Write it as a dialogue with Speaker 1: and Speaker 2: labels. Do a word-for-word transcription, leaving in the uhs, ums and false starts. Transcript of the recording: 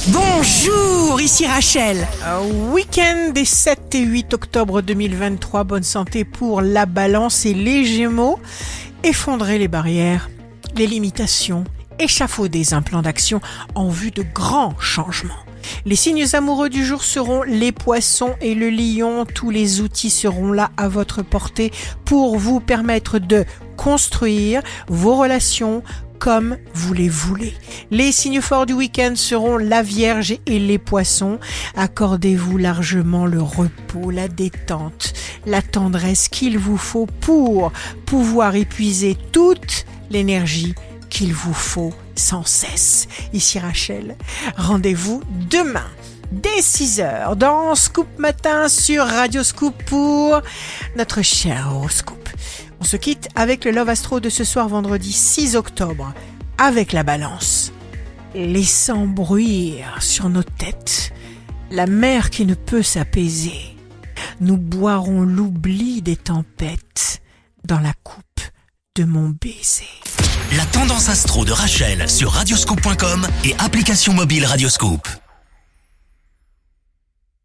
Speaker 1: Bonjour, ici Rachel.
Speaker 2: Euh, week-end des sept et huit octobre deux mille vingt-trois, bonne santé pour la Balance et les Gémeaux. Effondrer les barrières, les limitations, échafauder un plan d'action en vue de grands changements. Les signes amoureux du jour seront les Poissons et le Lion. Tous les outils seront là à votre portée pour vous permettre de construire vos relations comme vous les voulez. Les signes forts du week-end seront la Vierge et les Poissons. Accordez-vous largement le repos, la détente, la tendresse qu'il vous faut pour pouvoir épuiser toute l'énergie qu'il vous faut sans cesse. Ici Rachel, rendez-vous demain dès six heures dans Scoop Matin sur Radio Scoop pour notre cher horoscope. On se quitte avec le Love Astro de ce soir vendredi six octobre avec la Balance. Laissant bruire sur nos têtes la mer qui ne peut s'apaiser, nous boirons l'oubli des tempêtes dans la coupe de mon baiser.
Speaker 3: La tendance astro de Rachel sur radioscoop point com et application mobile Radioscoop.